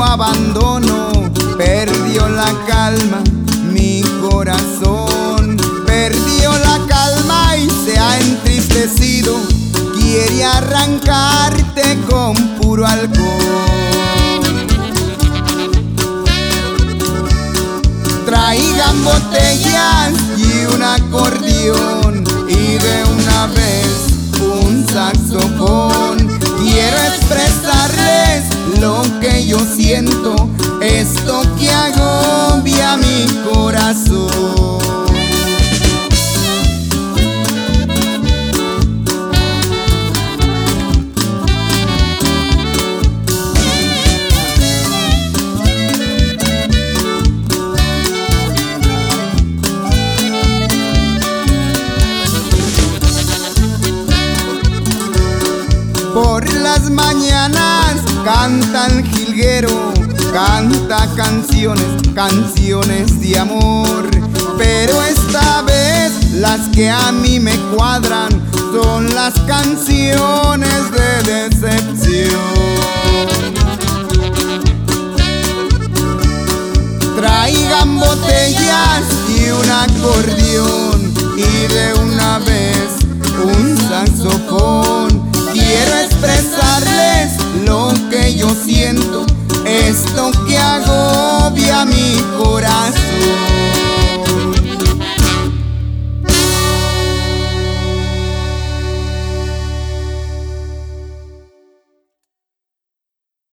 miedo abandono, perdió la calma mi corazón. Perdió la calma y se ha entristecido, quiere arrancarte con puro alcohol. Traigan botellas y un acordeón y de una vez un saxofón. Quiero expresarles lo que yo siento, esto que agobia mi corazón. Por las mañanas canta el jilguero, canta canciones, canciones de amor. Pero esta vez las que a mí me cuadran son las canciones de decepción. Traigan botellas y un acordeón y de una vez un saxofón. Quiero expresar